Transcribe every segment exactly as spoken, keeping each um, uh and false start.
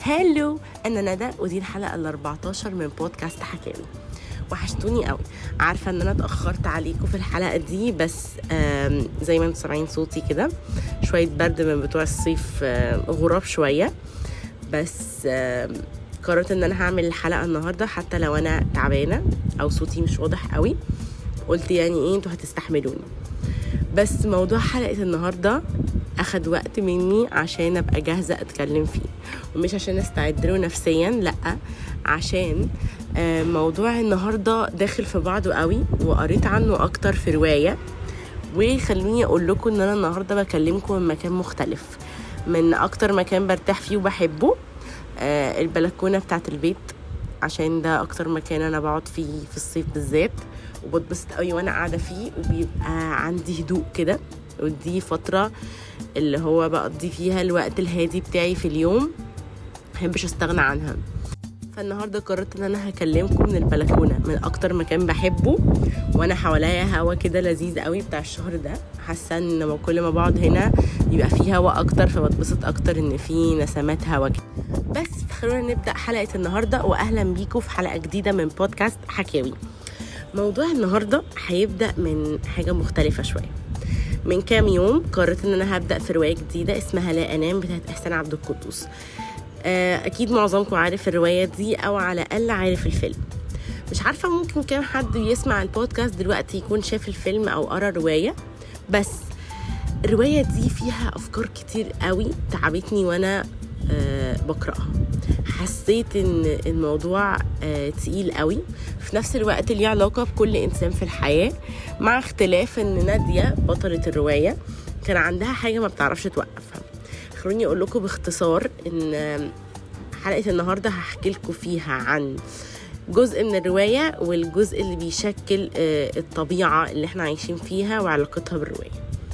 هالو، انا ندى ودي الحلقه ال أربعتاشر من بودكاست حكاوي. وحشتوني قوي. عارفه ان انا اتاخرت عليكم في الحلقه دي، بس زي ما انتم سامعين صوتي كده شويه برد من بتوع الصيف، غراب شويه، بس قررت ان انا هعمل الحلقه النهارده حتى لو انا تعبانه او صوتي مش واضح قوي. قلت يعني ايه، انتوا هتستحملوني. بس موضوع حلقه النهارده اخد وقت مني عشان ابقى جاهزه اتكلم فيه، ومش عشان استعد له نفسيا، لا، عشان موضوع النهارده داخل في بعضه قوي وقريت عنه اكتر في روايه. وخلوني اقول لكم ان انا النهارده بكلمكم من مكان مختلف، من اكتر مكان برتاح فيه وبحبه، البلكونه بتاعت البيت، عشان ده اكتر مكان انا بقعد فيه في الصيف بالذات، وبتبسط قوي وانا قاعده فيه، وبيبقى عندي هدوء كده. ودي فتره اللي هو بقضي فيها الوقت الهادي بتاعي في اليوم، محبش استغنى عنها. فالنهارده قررت ان انا هكلمكم من البلكونه، من اكتر مكان بحبه، وانا حواليا هوا كده لذيذ قوي بتاع الشهر ده. حاسه ان كل ما بقعد هنا يبقى فيه هوا اكتر، فبتبسط اكتر ان في نسمات هوا كده. بس خلونا نبدا حلقه النهارده، واهلا بيكم في حلقه جديده من بودكاست حكاوي. موضوع النهارده هيبدا من حاجه مختلفه شويه. من كام يوم قررت ان انا هبدا في روايه جديده اسمها لا انام بتاعت احسان عبد القدوس. اكيد معظمكم عارف الروايه دي، او على الاقل عارف الفيلم. مش عارفه ممكن كام حد يسمع البودكاست دلوقتي يكون شاف الفيلم او قرا الروايه، بس الروايه دي فيها افكار كتير قوي تعبتني وانا أه بقراها. حسيت ان الموضوع أه تقيل قوي، في نفس الوقت ليه علاقه بكل انسان في الحياه، مع اختلاف ان نادية بطله الروايه كان عندها حاجه ما بتعرفش توقفها. خلوني اقول لكم باختصار ان حلقه النهارده هحكي لكم فيها عن جزء من الروايه، والجزء اللي بيشكل أه الطبيعه اللي احنا عايشين فيها وعلاقتها بالروايه.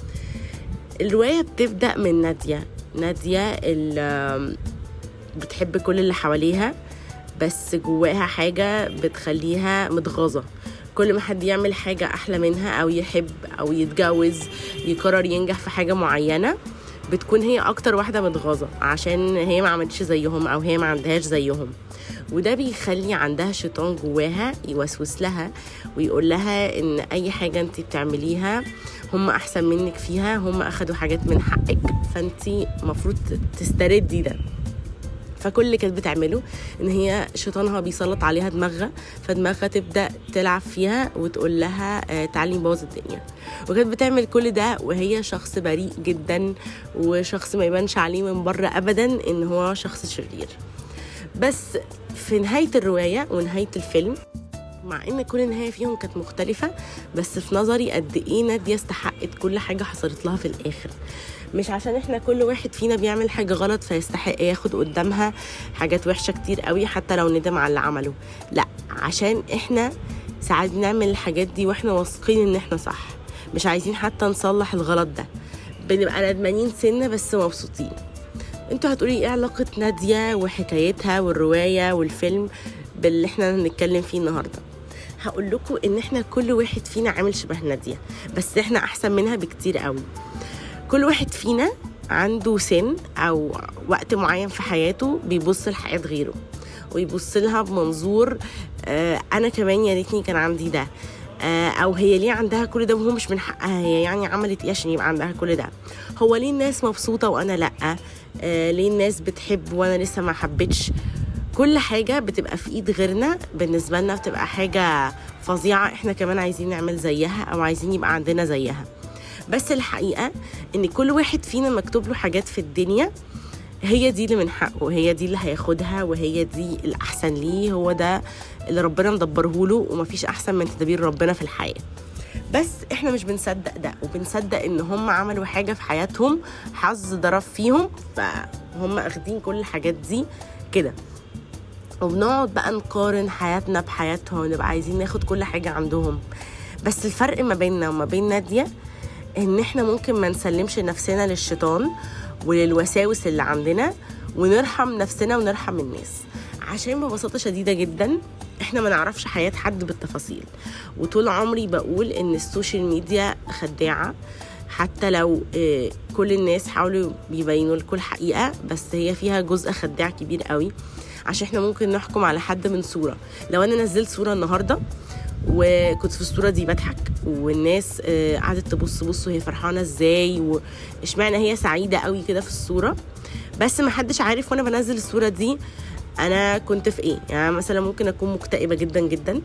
الروايه بتبدا من نادية نادية اللي بتحب كل اللي حواليها، بس جواها حاجة بتخليها متغاظة. كل ما حد يعمل حاجة أحلى منها أو يحب أو يتجوز، يقرر ينجح في حاجة معينة، بتكون هي أكتر واحدة متغاظة عشان هي ما عملتش زيهم أو هي ما عندهاش زيهم. وده بيخلي عندها شيطان جواها يوسوس لها ويقول لها إن أي حاجة أنت بتعمليها هم أحسن منك فيها، هم أخدوا حاجات من حقك، فأنت مفروض تستردي ده. فكل اللي كانت بتعمله ان هي شيطانها بيسلط عليها دماغها، فدماغها تبدا تلعب فيها وتقول لها تعالي نبوظ الدنيا. وكانت بتعمل كل ده وهي شخص بريء جدا، وشخص ما يبانش عليه من بره ابدا ان هو شخص شرير. بس في نهايه الروايه ونهايه الفيلم، مع ان كل نهايه فيهم كانت مختلفه، بس في نظري قد ايه نادية استحقت كل حاجه حصلت لها في الاخر. مش عشان احنا كل واحد فينا بيعمل حاجه غلط فيستحق ياخد قدامها حاجات وحشه كتير قوي حتى لو ندم على اللي عمله، لا، عشان احنا ساعات بنعمل الحاجات دي واحنا واثقين ان احنا صح، مش عايزين حتى نصلح الغلط ده، بنبقى ندمانين سنه بس مبسوطين. انتوا هتقولي ايه علاقه نادية وحكايتها والروايه والفيلم باللي احنا هنتكلم فيه النهارده؟ هقول لكم ان احنا كل واحد فينا عامل شبه نادية، بس احنا احسن منها بكتير قوي. كل واحد فينا عنده سن او وقت معين في حياته بيبص لحياة غيره، ويبص لها بمنظور آه انا كمان يا ريتني كان عندي ده، آه او هي ليه عندها كل ده وهو مش من حقها، هي يعني عملت ايه عشان يبقى عندها كل ده، هو ليه الناس مبسوطة وانا لا، آه ليه الناس بتحب وانا لسه ما حبتش. كل حاجة بتبقى في ايد غيرنا بالنسبة لنا بتبقى حاجة فظيعة، احنا كمان عايزين نعمل زيها او عايزين يبقى عندنا زيها. بس الحقيقة ان كل واحد فينا مكتوب له حاجات في الدنيا، هي دي اللي من حقه، هي دي اللي هياخدها، وهي دي الأحسن ليه، هو ده اللي ربنا مدبره له، ومفيش أحسن من تدبير ربنا في الحياة. بس احنا مش بنصدق ده، وبنصدق ان هم عملوا حاجة في حياتهم حظ ضرب فيهم فهم اخدين كل الحاجات دي كده، وبنقعد بقى نقارن حياتنا بحياتهم ونبقى عايزين ناخد كل حاجة عندهم. بس الفرق ما بيننا وما بين نادية ان احنا ممكن ما نسلمش نفسنا للشيطان وللوساوس اللي عندنا، ونرحم نفسنا ونرحم الناس. عشان ببساطة شديدة جدا احنا ما نعرفش حياة حد بالتفاصيل، وطول عمري بقول ان السوشيال ميديا خداعة، حتى لو كل الناس حاولوا بيبينوا لكم الحقيقة، بس هي فيها جزء خداع كبير قوي. عشان احنا ممكن نحكم على حد من صورة. لو انا نزلت صورة النهاردة وكنت في الصورة دي بضحك والناس قعدت تبص بص وهي فرحانة ازاي واشمعنى هي سعيدة قوي كده في الصورة، بس ما حدش عارف وانا بنزل الصورة دي انا كنت في ايه. يعني مثلا ممكن اكون مكتئبة جدا جدا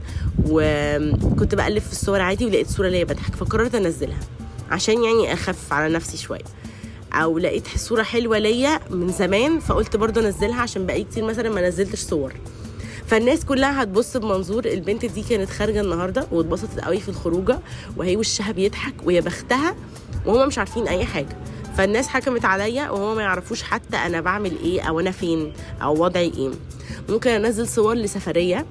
وكنت بقلب في الصور عادي ولقيت صورة ليا بضحك فقررت انزلها عشان يعني اخف على نفسي شوية، او لقيت صورة حلوة ليا من زمان فقلت برضو انزلها عشان بقى كتير مثلا ما نزلتش صور. فالناس كلها هتبص بمنظور البنت دي كانت خارجة النهاردة واتبسطت قوي في الخروجة وهي وشها بيضحك ويا بختها، وهم مش عارفين اي حاجة. فالناس حكمت عليا وهم ما يعرفوش حتى انا بعمل ايه او انا فين او وضعي ايه. ممكن انزل صور لسفرية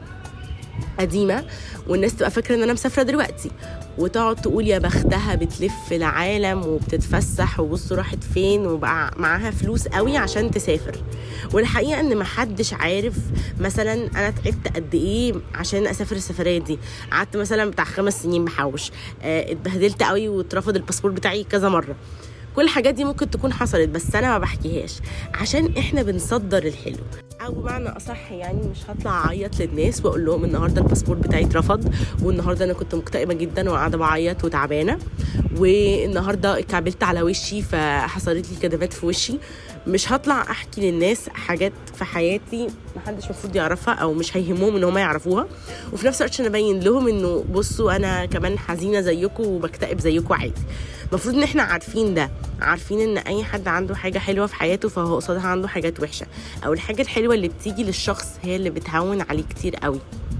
قديمة والناس تبقى فاكرة ان انا مسافرة دلوقتي وتقعد تقول يا بختها بتلف العالم وبتتفسح وبصوا راحت فين وبقى معاها فلوس قوي عشان تسافر. والحقيقة ان محدش عارف مثلا انا تعبت قد ايه عشان اسافر السفرية دي. قعدت مثلا بتاع خمس سنين بحوش، اه اتبهدلت قوي واترفض الباسبور بتاعي كذا مرة. كل الحاجات دي ممكن تكون حصلت بس انا ما بحكيهاش عشان احنا بنصدر الحلو، او بمعنى اصح يعني مش هطلع اعيط للناس واقول لهم النهارده الباسبور بتاعي اترفض والنهارده انا كنت مكتئبه جدا وقاعده بعيط وتعبانه والنهارده اتكعبلت على وشي فحصلت لي كدمات في وشي. مش هطلع احكي للناس حاجات في حياتي محدش مفروض يعرفها او مش هيهمهم ان هم يعرفوها، وفي نفس الوقت انا ابين لهم انه بصوا انا كمان حزينه زيكم وبكتئب زيكم عادي. المفروض ان احنا عارفين ده، عارفين ان اي حد عنده حاجه حلوه في حياته فهو قصادها عنده حاجات وحشه، او الحاجه الحلوه اللي بتيجي للشخص هي اللي بتهون عليه كتير قوي.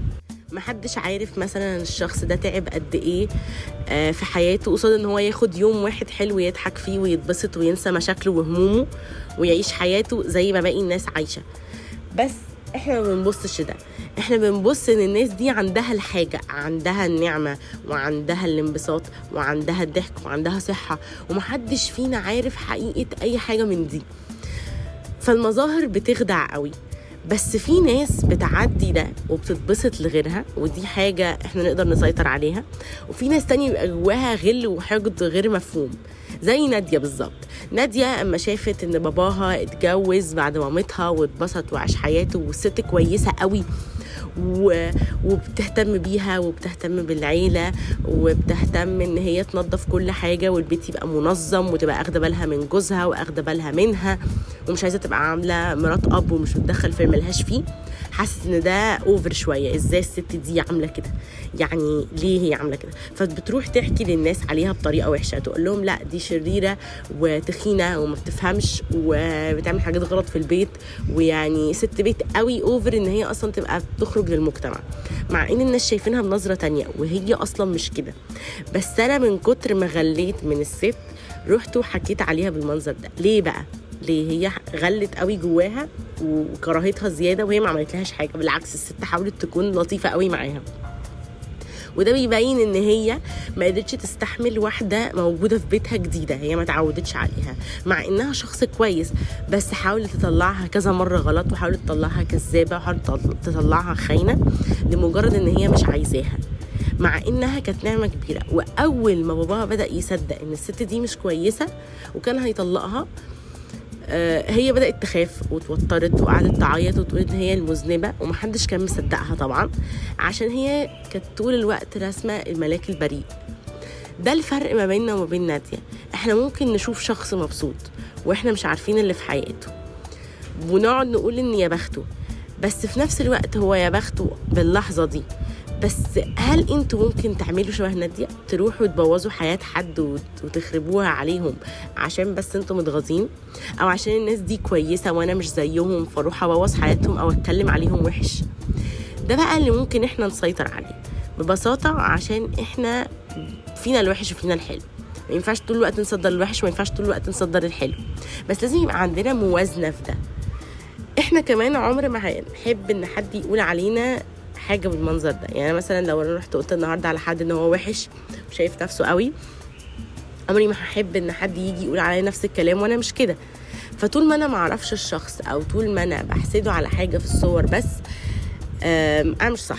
محدش عارف مثلا الشخص ده تعب قد ايه في حياته قصاد ان هو ياخد يوم واحد حلو يضحك فيه ويتبسط وينسى مشاكله وهمومه ويعيش حياته زي ما باقي الناس عايشه. بس احنا ما بنبصش ده، احنا بنبص ان الناس دي عندها الحاجة، عندها النعمة وعندها الانبساط وعندها الضحك وعندها صحة، ومحدش فينا عارف حقيقة اي حاجة من دي. فالمظاهر بتخدع قوي، بس في ناس بتعدي ده وبتتبسط لغيرها ودي حاجة احنا نقدر نسيطر عليها، وفي ناس تانية بيبقى جواها غل وحقد غير مفهوم زي نادية بالظبط. نادية اما شافت ان باباها اتجوز بعد مامتها واتبسط وعاش حياته والست كويسة قوي وبتهتم بيها وبتهتم بالعيلة وبتهتم ان هي تنظف كل حاجة والبيت يبقى منظم وتبقى اخده بالها من جوزها واخده بالها منها ومش عايزة تبقى عاملة مرات اب ومش بتدخل في ملهاش فيه، حاسس ان ده اوفر شوية. ازاي الست دي عاملة كده؟ يعني ليه هي عاملة كده؟ فبتروح تحكي للناس عليها بطريقة وحشة، تقول لهم لا دي شريرة وتخينة وما بتفهمش وبتعمل حاجات غلط في البيت ويعني ست بيت قوي اوفر ان هي اصلا تبقى تخرج للمجتمع، مع ان الناس شايفينها بنظرة تانية وهي اصلا مش كده. بس انا من كتر ما غليت من الست رحت وحكيت عليها بالمنظر ده. ليه بقى؟ ليه؟ هي غلت قوي جواها وكراهتها زيادة وهي ما عملتلهاش حاجة، بالعكس الست حاولت تكون لطيفة قوي معاها. وده بيبين ان هي ما قدرتش تستحمل واحدة موجودة في بيتها جديدة هي ما تعودتش عليها، مع انها شخص كويس بس حاولت تطلعها كذا مرة غلط وحاولت تطلعها كذابة وحاولت تطلعها خاينة لمجرد ان هي مش عايزاها، مع انها كانت نعمة كبيرة. واول ما باباها بدأ يصدق ان الست دي مش كويسة وكان هيطلقها، هي بدأت تخاف وتوترت وقعدت تعيط وتقول ان هي المذنبة، ومحدش كان مصدقها طبعا عشان هي كانت طول الوقت رسمة الملاك البريء. ده الفرق ما بيننا وما بين نادية. احنا ممكن نشوف شخص مبسوط واحنا مش عارفين اللي في حياته ونقعد نقول ان يا بخته، بس في نفس الوقت هو يا بخته باللحظة دي. بس هل انتوا ممكن تعملوا شبه نادية تروحوا تبوظوا حياة حد وتخربوها عليهم عشان بس انتوا متغاظين، او عشان الناس دي كويسة وانا مش زيهم فاروح ابوظ حياتهم او اتكلم عليهم وحش؟ ده بقى اللي ممكن احنا نسيطر عليه ببساطة، عشان احنا فينا الوحش وفينا الحلو. ما ينفعش طول الوقت نصدر الوحش وما ينفعش طول الوقت نصدر الحلو، بس لازم يبقى عندنا موازنة في ده. احنا كمان عمر ما هنحب ان حد يقول علينا حاجة بالمنظر ده. يعني مثلا لو انا رحت قلت النهاردة على حد ان هو وحش وشايف نفسه قوي، عمري ما هحب ان حد يجي يقول عليا نفس الكلام وانا مش كده. فطول ما انا معرفش الشخص او طول ما انا بحسده على حاجة في الصور بس انا مش صح.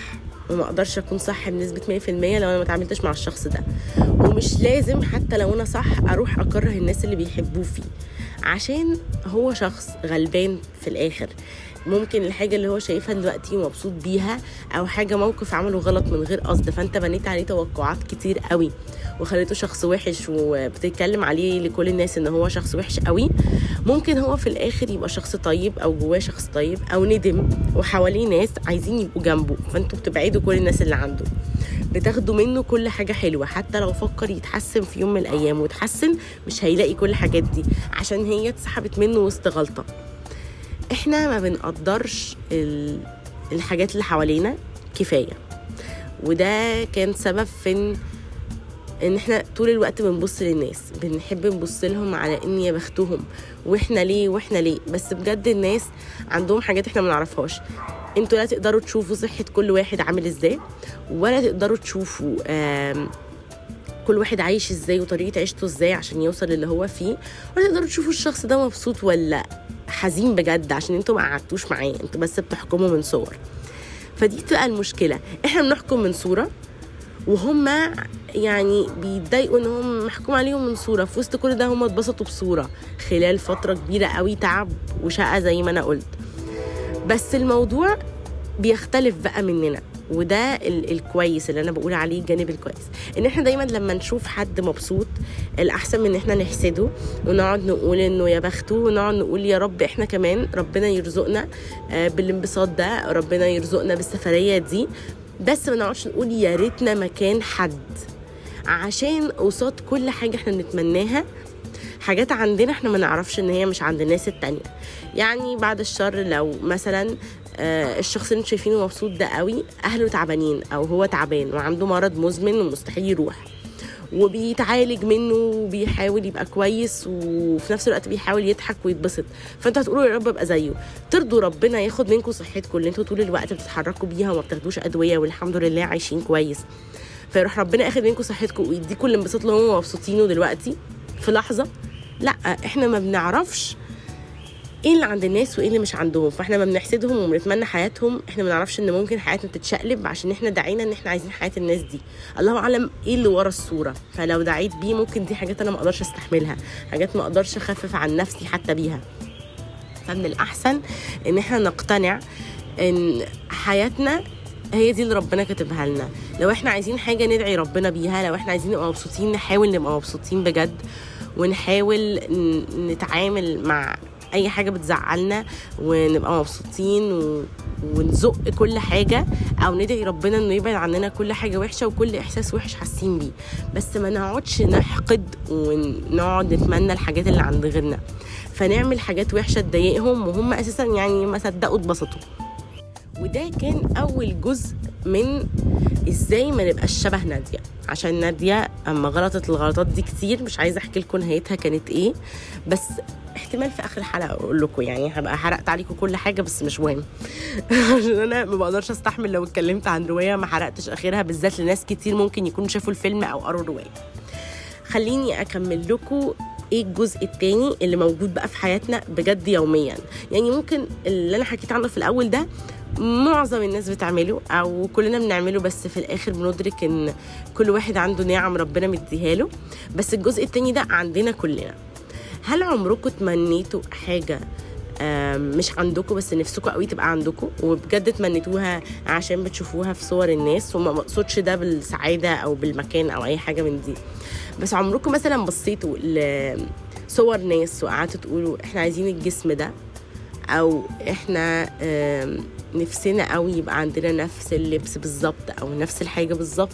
وما اقدرش اكون صح بنسبه مية في المية لو انا ما اتعاملتش مع الشخص ده. ومش لازم حتى لو انا صح اروح اكره الناس اللي بيحبوه فيه، عشان هو شخص غلبان في الاخر. ممكن الحاجة اللي هو شايفها دلوقتي ومبسوط بيها، او حاجة موقف عمله غلط من غير قصد، فانت بنيت عليه توقعات كتير قوي وخليته شخص وحش وبتتكلم عليه لكل الناس ان هو شخص وحش قوي. ممكن هو في الاخر يبقى شخص طيب، او جواه شخص طيب، او ندم وحواليه ناس عايزين يبقوا جنبه، فانتوا بتبعدوا كل الناس اللي عنده، بتاخدوا منه كل حاجة حلوة. حتى لو فكر يتحسن في يوم من الايام وتحسن، مش هيلاقي كل الحاجات دي عشان هي اتسحبت منه وسط غلطة. احنا ما بنقدرش الحاجات اللي حوالينا كفاية، وده كان سبب في ان, إن احنا طول الوقت بنبص للناس، بنحب نبص لهم على ان يا بختهم واحنا ليه واحنا ليه. بس بجد الناس عندهم حاجات احنا ما نعرفهاش. انتوا لا تقدروا تشوفوا صحة كل واحد عامل ازاي، ولا تقدروا تشوفوا كل واحد عايش ازاي وطريقة عيشته ازاي عشان يوصل اللي هو فيه، ولا تقدروا تشوفوا الشخص ده مبسوط ولا حزين بجد عشان انتوا ما قعدتوش معاه، انتوا بس بتحكموا من صور. فدي تبقى المشكلة، احنا بنحكم من صورة وهم يعني بيتضايقوا ان هم محكوم عليهم من صورة. في وسط كل ده هم اتبسطوا بصورة خلال فترة كبيرة قوي، تعب وشقة زي ما انا قلت. بس الموضوع بيختلف بقى مننا، وده الكويس اللي انا بقول عليه، الجانب الكويس، ان احنا دايما لما نشوف حد مبسوط الاحسن من ان احنا نحسده ونقعد نقول انه يا بخته، ونقعد نقول يا رب احنا كمان ربنا يرزقنا بالانبساط ده، ربنا يرزقنا بالسفرية دي. بس ما نقعدش نقول يا ريتنا مكان حد، عشان قصاد كل حاجة احنا بنتمناها حاجات عندنا احنا ما نعرفش ان هي مش عند الناس التانية. يعني بعد الشر لو مثلا آه الشخص اللي انتوا شايفينه مبسوط ده قوي اهله تعبانين، او هو تعبان وعنده مرض مزمن ومستحيل يروح، وبيتعالج منه وبيحاول يبقى كويس، وفي نفس الوقت بيحاول يضحك ويتبسط، فانتوا هتقولوا يا رب ابقى زيه. ترضوا ربنا ياخد منكم صحتكم اللي انتوا طول الوقت بتتحركوا بيها وما بتاخدوش ادويه والحمد لله عايشين كويس، فيروح ربنا اخد منكم صحتكم ويديكم الانبساط اللي هم مبسوطينه دلوقتي في لحظه؟ لا، احنا ما بنعرفش ايه اللي عند الناس وايه اللي مش عندهم، فاحنا ما بنحسدهم وبنتمنى حياتهم. احنا ما نعرفش ان ممكن حياتنا تتشقلب عشان احنا دعينا ان احنا عايزين حياه الناس دي. الله اعلم ايه اللي ورا الصوره، فلو دعيت بيه ممكن دي حاجات انا ما اقدرش استحملها، حاجات ما اقدرش اخفف عن نفسي حتى بيها. فمن الاحسن ان احنا نقتنع ان حياتنا هي دي اللي ربنا كاتبها لنا. لو احنا عايزين حاجه ندعي ربنا بيها، لو احنا عايزين نبقى مبسوطين نحاول نبقى مبسوطين بجد، ونحاول نتعامل مع اي حاجه بتزعلنا ونبقى مبسوطين و... ونزق كل حاجه، او ندعي ربنا انه يبعد عننا كل حاجه وحشه وكل احساس وحش حاسين بيه. بس ما نقعدش نحقد ونقعد نتمنى الحاجات اللي عند غيرنا، فنعمل حاجات وحشه تضايقهم وهم اساسا يعني ما صدقوا اتبسطوا. وده كان اول جزء من ازاي ما نبقاش شبه نادية. عشان نادية اما غلطت الغلطات دي كتير، مش عايزه احكي لكم نهايتها كانت ايه، بس احتمال في اخر الحلقه اقول لكم، يعني هبقى حرقت عليكم كل حاجه بس مش مهم عشان انا ما بقدرش استحمل لو اتكلمت عن روايه ما حرقتش اخرها، بالذات لناس كتير ممكن يكونوا شافوا الفيلم او قروا الروايه. خليني اكمل لكم ايه الجزء التاني اللي موجود بقى في حياتنا بجد يوميا. يعني ممكن اللي انا حكيت عنه في الاول ده معظم الناس بتعمله او كلنا بنعمله، بس في الاخر بندرك ان كل واحد عنده نعم ربنا مديها له. بس الجزء التاني ده عندنا كلنا. هل عمركم تمنيتوا حاجه مش عندكم بس نفسكم قوي تبقى عندكم، وبجد تمنيتوها عشان بتشوفوها في صور الناس، وما مقصودش ده بالسعاده او بالمكان او اي حاجه من دي، بس عمركم مثلا بصيتوا لصور ناس وقعدتوا تقولوا احنا عايزين الجسم ده، او احنا نفسنا قوي يبقى عندنا نفس اللبس بالظبط او نفس الحاجه بالظبط؟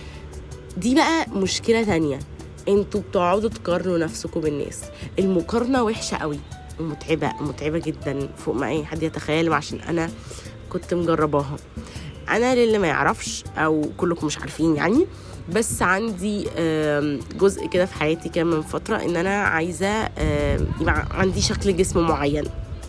دي بقى مشكله تانية، انتوا بتقعدوا تقارنوا نفسكم بالناس. المقارنه وحشه قوي ومتعبه متعبه جدا فوق ما اي حد يتخيل، عشان انا كنت مجرباها. انا للي ما يعرفش او كلكم مش عارفين يعني، بس عندي جزء كده في حياتي كان من فتره ان انا عايزه يبقى عندي شكل جسم معين،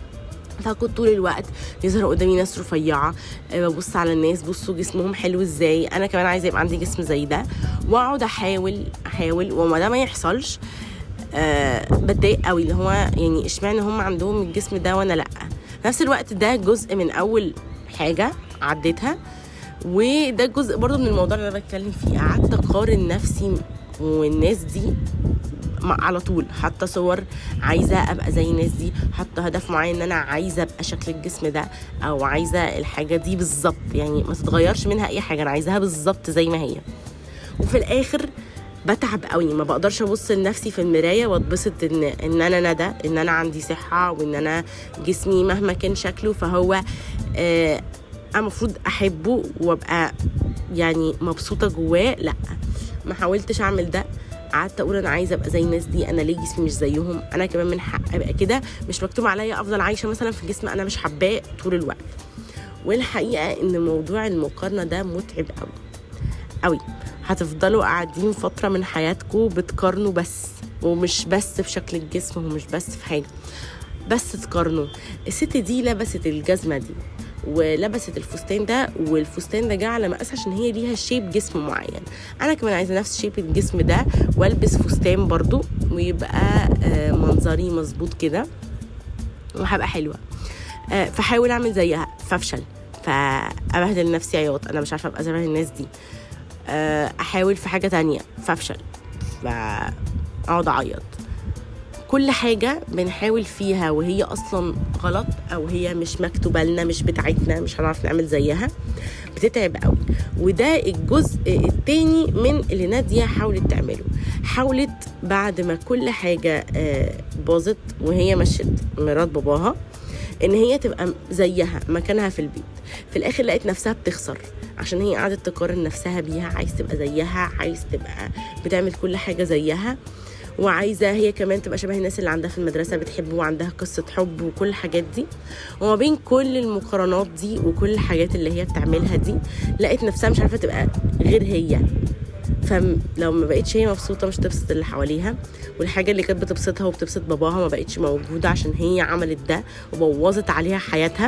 فكنت طول الوقت يظهر قدامي ناس رفيعه، ببص على الناس بصوا جسمهم حلو ازاي، انا كمان عايزه يبقى عندي جسم زي ده، واقعد احاول احاول وما ده ما يحصلش أه بتضايق قوي، اللي هو يعني اشمعنى هم عندهم الجسم ده وانا لا. في نفس الوقت ده جزء من اول حاجه عديتها، وده جزء برضو من الموضوع اللي انا بتكلم فيه. قعدت اقارن نفسي والناس دي على طول، حتى صور عايزه ابقى زي الناس دي، حتى هدف معين ان انا عايزه ابقى شكل الجسم ده، او عايزه الحاجه دي بالظبط، يعني ما تتغيرش منها اي حاجه، انا عايزاها بالظبط زي ما هي. وفي الاخر بتعب قوي، ما بقدرش ابص لنفسي في المرايه واتبسط ان ان انا ندى، ان انا عندي صحه، وان انا جسمي مهما كان شكله فهو آه انا المفروض احبه وابقى يعني مبسوطه جواه. لا، ما حاولتش اعمل ده. قعدت اقول انا عايزه ابقى زي الناس دي، انا ليه جسمي مش زيهم، انا كمان من حق ابقى كده، مش مكتوب عليا افضل عايشه مثلا في جسم انا مش حباه طول الوقت. والحقيقه ان موضوع المقارنه ده متعب قوي قوي. هتفضلوا قاعدين فتره من حياتكم بتقارنوا بس، ومش بس في شكل الجسم ومش بس في حاجه، بس تقارنوا. الست دي لبست الجزمه دي ولبست الفستان ده، والفستان ده جه على مقاسها عشان هي ليها شيب جسم معين. انا كمان عايزه نفس شيب الجسم ده والبس فستان برضو ويبقى منظري مظبوط كده وهبقى حلوه. فحاول اعمل زيها فافشل، فابهدل نفسي عياط، انا مش عارفه ابقى زي الناس دي. احاول في حاجه تانية فافشل، فاقعد اعيط. كل حاجة بنحاول فيها وهي أصلا غلط، أو هي مش مكتوبة لنا، مش بتاعتنا، مش هنعرف نعمل زيها، بتتعب قوي. وده الجزء التاني من اللي نادية حاولت تعمله. حاولت بعد ما كل حاجة باظت وهي مشت مرات باباها ان هي تبقى زيها مكانها في البيت. في الاخر لقيت نفسها بتخسر عشان هي قعدت تقارن نفسها بيها، عايز تبقى زيها، عايز تبقى بتعمل كل حاجة زيها، وعايزة هي كمان تبقى شبه الناس اللي عندها في المدرسة بتحبه وعندها قصة حب وكل الحاجات دي. وما بين كل المقارنات دي وكل الحاجات اللي هي بتعملها دي لقيت نفسها مش عارفة تبقى غير هي. فلو ما بقتش هي مبسوطة مش تبسط اللي حواليها، والحاجة اللي كانت بتبسطها وبتبسط باباها ما بقتش موجودة عشان هي عملت ده وبوظت عليها حياتها.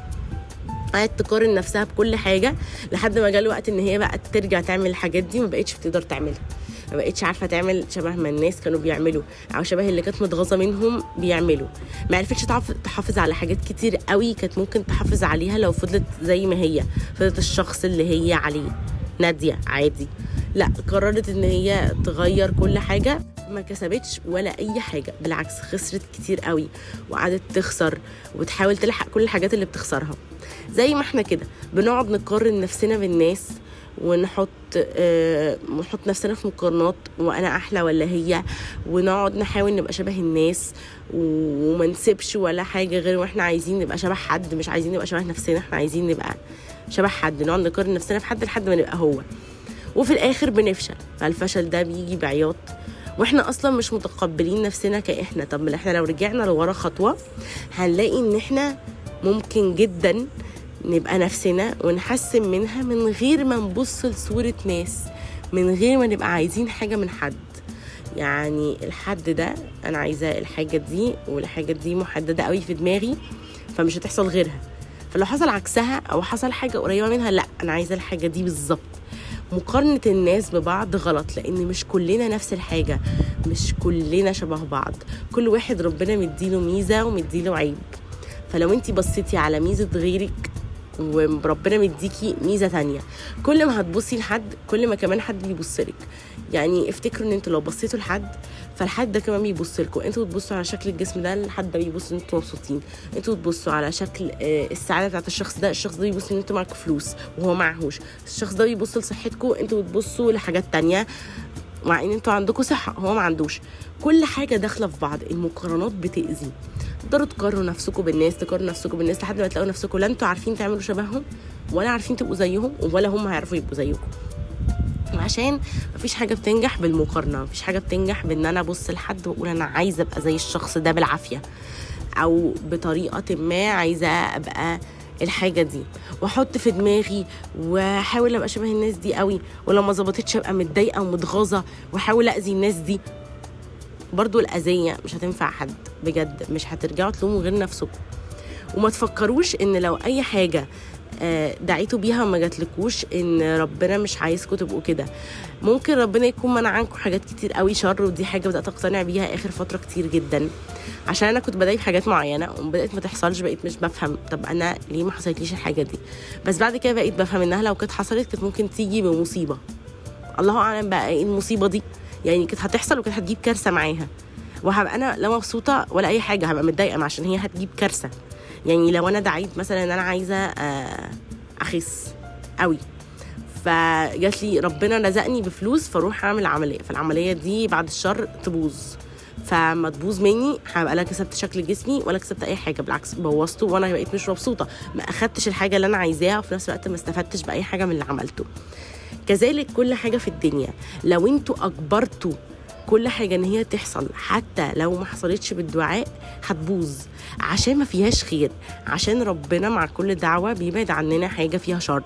قعدت تقارن نفسها بكل حاجة لحد ما جاء الوقت ان هي بقى ترجع تعمل الحاجات دي ما بقتش بتقدر تعملها، ما بقتش عارفه تعمل شبه ما الناس كانوا بيعملوا، او شبه اللي كانت متغاظه منهم بيعملوا. ما عرفتش تحافظ على حاجات كتير قوي كانت ممكن تحافظ عليها لو فضلت زي ما هي، فضلت الشخص اللي هي عليه. نادية عادي لا، قررت ان هي تغير كل حاجه، ما كسبتش ولا اي حاجه، بالعكس خسرت كتير قوي وقعدت تخسر وبتحاول تلحق كل الحاجات اللي بتخسرها. زي ما احنا كده بنقعد نقارن نفسنا بالناس ونحط آه نحط نفسنا في مقارنات، وانا احلى ولا هي، ونقعد نحاول نبقى شبه الناس وما نسيبش ولا حاجه غير واحنا عايزين نبقى شبه حد، مش عايزين نبقى شبه نفسنا، احنا عايزين نبقى شبه حد، نقعد نقارن نفسنا في حد لحد ما نبقى هو، وفي الاخر بنفشل. فالفشل ده بيجي بعياط واحنا اصلا مش متقبلين نفسنا كاحنا. طب احنا لو رجعنا لورا خطوه هنلاقي ان احنا ممكن جدا نبقى نفسنا ونحسن منها من غير ما نبص لصورة ناس، من غير ما نبقى عايزين حاجة من حد. يعني الحد ده أنا عايزة الحاجة دي والحاجة دي محددة قوي في دماغي فمش هتحصل غيرها، فلو حصل عكسها أو حصل حاجة قريبة منها لا، أنا عايزة الحاجة دي بالظبط. مقارنة الناس ببعض غلط، لأن مش كلنا نفس الحاجة، مش كلنا شبه بعض، كل واحد ربنا مديله ميزة ومديله عيب. فلو انتي بصيتي على ميزة غيرك وربنا مديكي ميزة تانية، كل ما هتبصي لحد كل ما كمان حد بيبصلك. يعني افتكروا ان انتوا لو بصيتوا لحد فالحد ده كمان بيبص لكم. انتوا بتبصوا على شكل الجسم ده، الحد ده بيبص ان انتوا مبسوطين. انتوا بتبصوا على شكل السعاده بتاعت الشخص ده، الشخص ده بيبص ان انتوا معاكم فلوس وهو معهوش. الشخص ده بيبص لصحتكم، انتوا بتبصوا لحاجات تانية مع ان انتوا عندكم صحه هو ما عندوش. كل حاجه داخله في بعض. المقارنات بتأذي. تقدروا تقارنوا نفسكم بالناس، تقارنوا نفسكم بالناس لحد ما تلاقوا نفسكم لا انتوا عارفين تعملوا شبههم ولا عارفين تبقوا زيهم ولا هم هيعرفوا يبقوا زيكم. عشان مفيش حاجه بتنجح بالمقارنه، مفيش حاجه بتنجح بان انا ابص لحد واقول انا عايزه ابقى زي الشخص ده بالعافيه، او بطريقه ما عايزه ابقى الحاجه دي واحط في دماغي واحاول ابقى شبه الناس دي قوي، ولو ما ظبطتش ابقى متضايقه ومتغاظه واحاول اذي الناس دي. برضو الاذيه مش هتنفع حد بجد، مش هترجعوا تلوموا غير نفسكم. وما تفكروش ان لو اي حاجه دعيتوا بيها وما جاتلكوش، ان ربنا مش عايزكم تبقوا كده. ممكن ربنا يكون منع عنكم حاجات كتير قوي شر، ودي حاجه بدات اقتنع بيها اخر فتره كتير جدا، عشان انا كنت بدايه بحاجات معينه وبدات ما تحصلش، بقيت مش بفهم طب انا ليه ما حصلتليش الحاجه دي. بس بعد كده بقيت بفهم انها لو كانت حصلت كانت ممكن تيجي بمصيبه، الله اعلم بقى ايه المصيبه دي، يعني كانت هتحصل وكانت هتجيب كارثه معاها، وهبقى انا لا مبسوطه ولا اي حاجه، هبقى متضايقه عشان هي هتجيب كارثه. يعني لو انا دعيت مثلا ان انا عايزه اخس قوي، فجات لي ربنا رزقني بفلوس فاروح اعمل عمليه، فالعمليه دي بعد الشر تبوظ، فما تبوظ مني هبقى لا كسبت شكل جسمي ولا كسبت اي حاجه، بالعكس بوظته وانا بقيت مش مبسوطه، ما اخدتش الحاجه اللي انا عايزاها وفي نفس الوقت ما استفدتش باي حاجه من اللي عملته. كذلك كل حاجه في الدنيا لو انتوا اجبرتوا كل حاجه ان هي تحصل حتى لو ما حصلتش بالدعاء هتبوظ، عشان ما فيهاش خير، عشان ربنا مع كل دعوه بيبعد عننا حاجه فيها شر،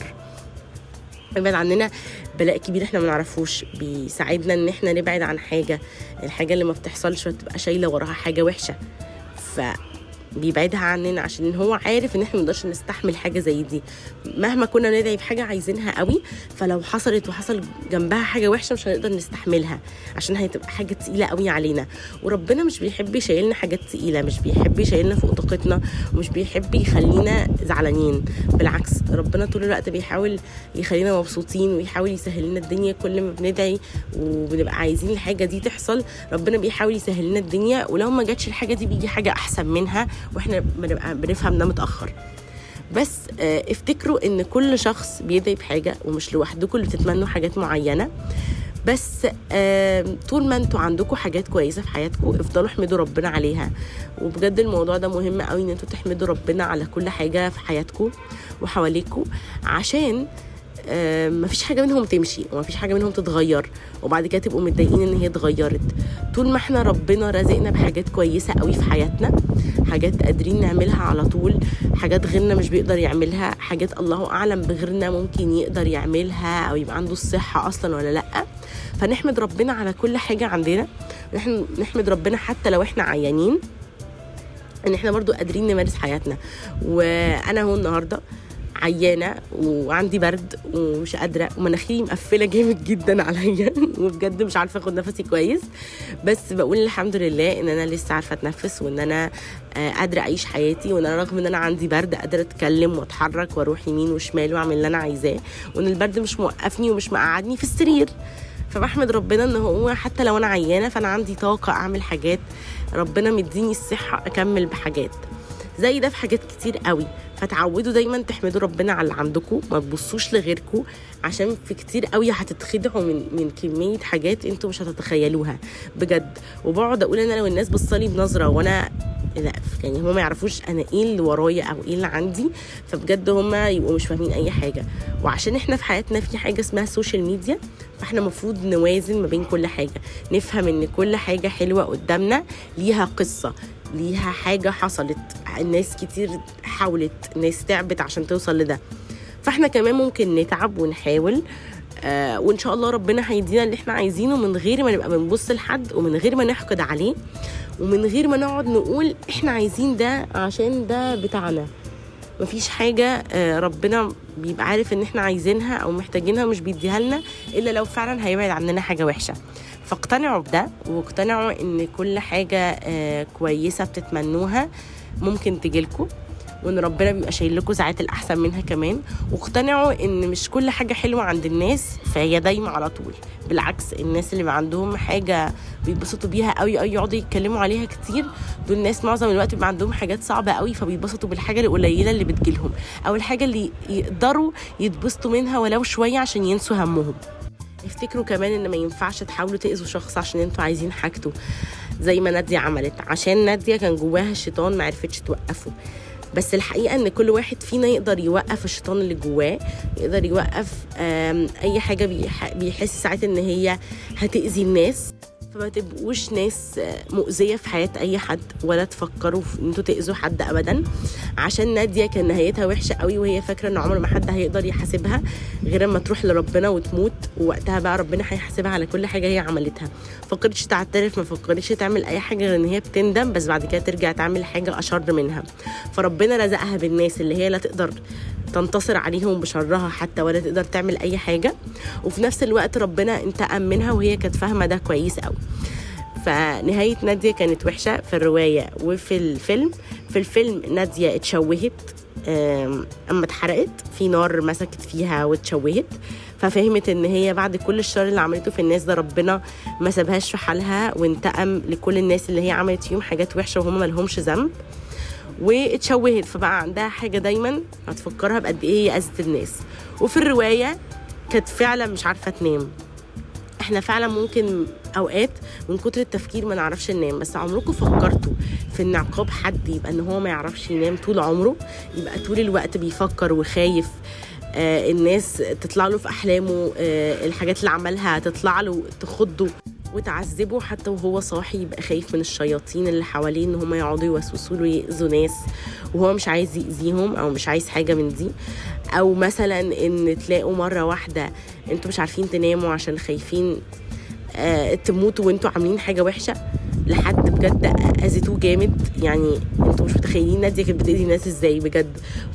بيبعد عننا بلاء كبير احنا ما نعرفوش، بيساعدنا ان احنا نبعد عن حاجه، الحاجه اللي ما بتحصلش فتبقى شايله وراها حاجه وحشه، ف بيبعدها عننا عشان هو عارف ان احنا ما نقدرش نستحمل حاجه زي دي، مهما كنا ندعي بحاجه عايزينها قوي، فلو حصلت وحصل جنبها حاجه وحشه مش هنقدر نستحملها عشان هتبقى حاجه تقيله قوي علينا. وربنا مش بيحب يشيلنا حاجات تقيله، مش بيحب يشيلنا فوق طاقتنا، ومش بيحب يخلينا زعلانين، بالعكس ربنا طول الوقت بيحاول يخلينا مبسوطين ويحاول يسهل لنا الدنيا. كل ما بندعي وبنبقى عايزين الحاجه دي تحصل ربنا بيحاول يسهل لنا الدنيا، ولو ما جاتش الحاجه دي بيجي حاجه احسن منها واحنا بنبقى بنفهم ده متاخر. بس اه افتكروا ان كل شخص بيدعي بحاجه ومش لوحدكم اللي بتتمنوا حاجات معينه، بس اه طول ما انتوا عندكم حاجات كويسه في حياتكم افضلوا احمدوا ربنا عليها. وبجد الموضوع ده مهم قوي ان انتوا تحمدوا ربنا على كل حاجه في حياتكم وحواليكم، عشان آه مفيش حاجه منهم تمشي ومفيش حاجه منهم تتغير وبعد كده تبقوا متضايقين ان هي اتغيرت. طول ما احنا ربنا رزقنا بحاجات كويسه قوي في حياتنا، حاجات قادرين نعملها على طول، حاجات غيرنا مش بيقدر يعملها، حاجات الله اعلم بغيرنا ممكن يقدر يعملها او يبقى عنده الصحه اصلا ولا لا، فنحمد ربنا على كل حاجه عندنا. نحن نحمد ربنا حتى لو احنا عيانين ان احنا برضو قادرين نمارس حياتنا. وانا هو النهارده عيانه وعندي برد ومش قادره ومناخيري مقفله جامد جدا عليا وبجد مش عارفه اخد نفسي كويس، بس بقول الحمد لله ان انا لسه عارفه اتنفس وان انا قادره اعيش حياتي، وان انا رغم ان انا عندي برد قادره اتكلم واتحرك واروح يمين وشمال واعمل اللي انا عايزاه، وان البرد مش موقفني ومش مقعدني في السرير. فبحمد ربنا ان هو حتى لو انا عيانه فانا عندي طاقه اعمل حاجات، ربنا مديني الصحه اكمل بحاجات زي ده في حاجات كتير قوي. فتعودوا دايما تحمدوا ربنا على اللي عندكم، ما تبصوش لغيركم، عشان في كتير قوي هتتخدعوا من من كميه حاجات انتوا مش هتتخيلوها بجد. وبقعد اقول انا لو الناس بصالي بنظره وانا لا يعني هم ما يعرفوش انا ايه اللي ورايا او ايه اللي عندي، فبجد هم يبقوا مش فاهمين اي حاجه. وعشان احنا في حياتنا في حاجه اسمها سوشيال ميديا، فاحنا مفروض نوازن ما بين كل حاجه، نفهم ان كل حاجه حلوه قدامنا ليها قصه، ليها حاجه حصلت، الناس كتير حاولت، ناس تعبت عشان توصل لده، فاحنا كمان ممكن نتعب ونحاول آه وان شاء الله ربنا هيدينا اللي احنا عايزينه من غير ما نبقى بنبص لحد ومن غير ما نحقد عليه ومن غير ما نقعد نقول احنا عايزين ده عشان ده بتاعنا. مفيش حاجه آه ربنا بيبقى عارف ان احنا عايزينها او محتاجينها مش بيديها لنا الا لو فعلا هيبعد عننا حاجه وحشه. فاقتنعوا بده واقتنعوا ان كل حاجه آه كويسه بتتمنوها ممكن تجيلكم، وان ربنا بيبقى شايل لكم ساعات الاحسن منها كمان. واقتنعوا ان مش كل حاجه حلوه عند الناس فهي دايما على طول، بالعكس الناس اللي عندهم حاجه بيتبسطوا بيها قوي قوي يقعدوا يتكلموا عليها كتير، دول الناس معظم الوقت بيبقى عندهم حاجات صعبه قوي فبيتبسطوا بالحاجه القليله اللي بتجيلهم او الحاجه اللي يقدروا يتبسطوا منها ولو شويه عشان ينسوا همهم. افتكروا كمان ان ما ينفعش تحاولوا تأذوا شخص عشان انتوا عايزين حاجته زي ما نادية عملت، عشان نادية كان جواها الشيطان ما عرفتش توقفه. بس الحقيقة ان كل واحد فينا يقدر يوقف الشيطان اللي جواه، يقدر يوقف اي حاجة بيحس ساعات ان هي هتأذي الناس. فما تبقوش ناس مؤذية في حياة اي حد ولا تفكروا في انتوا تأذوا حد ابدا، عشان نادية كان نهايتها وحشة قوي وهي فاكرة ان عمر ما حد هيقدر يحاسبها غير اما تروح لربنا وتموت، ووقتها بقى ربنا هيحاسبها على كل حاجة هي عملتها. فكرتش تعترف، ما فكرتش تعمل اي حاجة غير ان هي بتندم، بس بعد كده ترجع تعمل حاجة اشر منها. فربنا رزقها بالناس اللي هي لا تقدر تنتصر عليهم بشرها حتى ولا تقدر تعمل اي حاجه، وفي نفس الوقت ربنا انتقم منها وهي كانت فاهمه ده كويس قوي. فنهايه ناديه كانت وحشه في الروايه وفي الفيلم. في الفيلم ناديه اتشوهت اما اتحرقت في نار مسكت فيها واتشوهت، ففهمت ان هي بعد كل الشر اللي عملته في الناس ده ربنا ما سابهاش في حالها وانتقم لكل الناس اللي هي عملت فيهم حاجات وحشه وهم ما لهمش ذنب، واتشوهت. فبقى عندها حاجه دايما هتفكرها بقد ايه هي اذت الناس. وفي الروايه كانت فعلا مش عارفه تنام. احنا فعلا ممكن اوقات من كتر التفكير ما نعرفش ننام، بس عمركم فكرتوا في ان عقاب حد يبقى ان هو ما يعرفش ينام طول عمره، يبقى طول الوقت بيفكر وخايف آه الناس تطلع له في احلامه، آه الحاجات اللي عملها تطلع له تخضه وتعذبه حتى وهو صاحي، يبقى خايف من الشياطين اللي حواليه ان هم يقعدوا يوسوسوا له يأذوا ناس وهو مش عايز يأذيهم او مش عايز حاجه من دي. او مثلا ان تلاقوا مره واحده انتوا مش عارفين تناموا عشان خايفين آه تموتوا وانتوا عاملين حاجه وحشه لحد بجد اذيتوه جامد. يعني انتوا مش متخيلين ناديه كانت بتأذي الناس ازاي بجد،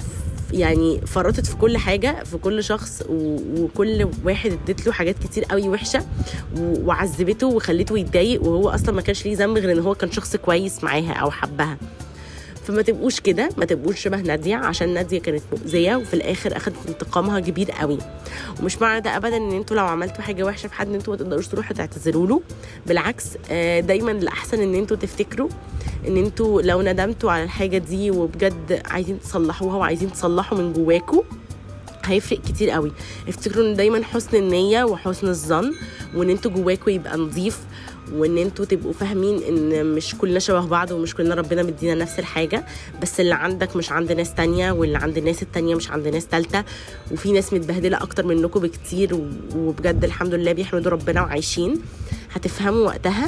يعني فرطت في كل حاجه في كل شخص، وكل واحد ادت له حاجات كتير قوي وحشه وعذبته وخليته يتضايق وهو اصلا ما كانش ليه ذنب غير ان هو كان شخص كويس معاها او حبها. فما تبقوش كده، ما تبقوش شبه ناديه، عشان ناديه كانت مؤذيه وفي الاخر اخذت انتقامها كبير قوي. ومش معنى ده ابدا ان انتوا لو عملتوا حاجه وحشه في حد ان انتوا ما تقدروش تروحوا تعتذروا له، بالعكس دايما الاحسن ان انتوا تفتكروا ان انتوا لو ندمتوا على الحاجه دي وبجد عايزين تصلحوها وعايزين تصلحوا من جواكوا هيفرق كتير قوي. افتكروا ان دايما حسن النيه وحسن الظن، وان انتوا جواكوا يبقى نظيف، وان انتوا تبقوا فاهمين ان مش كلنا شبه بعض ومش كلنا ربنا مدينا نفس الحاجه، بس اللي عندك مش عند ناس تانية واللي عند الناس التانية مش عند ناس تالتة، وفي ناس متبهدله اكتر منكم بكتير وبجد الحمد لله بيحمدوا ربنا وعايشين. هتفهموا وقتها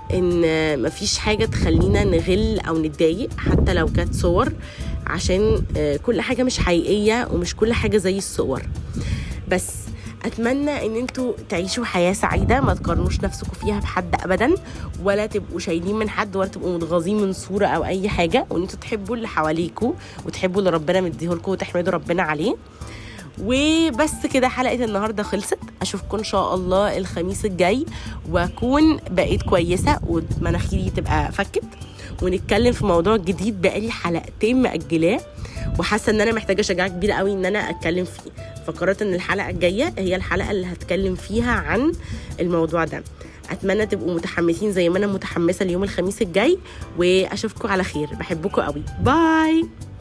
ان مفيش حاجه تخلينا نغل او نتضايق حتى لو كانت صور، عشان كل حاجه مش حقيقيه ومش كل حاجه زي الصور. بس اتمنى ان انتوا تعيشوا حياه سعيده، ما تقارنوش نفسكم فيها بحد ابدا، ولا تبقوا شايلين من حد، ولا تبقوا متغاظين من صوره او اي حاجه، وان انتوا تحبوا اللي حواليكوا وتحبوا اللي ربنا مديهولكوا وتحمدوا ربنا عليه. وبس كده حلقه النهارده خلصت. اشوفكم ان شاء الله الخميس الجاي واكون بقيت كويسه ومناخيري تبقى فكت، ونتكلم في موضوع جديد بقالي حلقتين مأجلاه وحاسه ان انا محتاجه شجاعه كبيره قوي ان انا اتكلم فيه. فقررت ان الحلقه الجايه هي الحلقه اللي هتكلم فيها عن الموضوع ده. اتمنى تبقوا متحمسين زي ما انا متحمسه اليوم الخميس الجاي، واشوفكم على خير. بحبكم قوي. باي.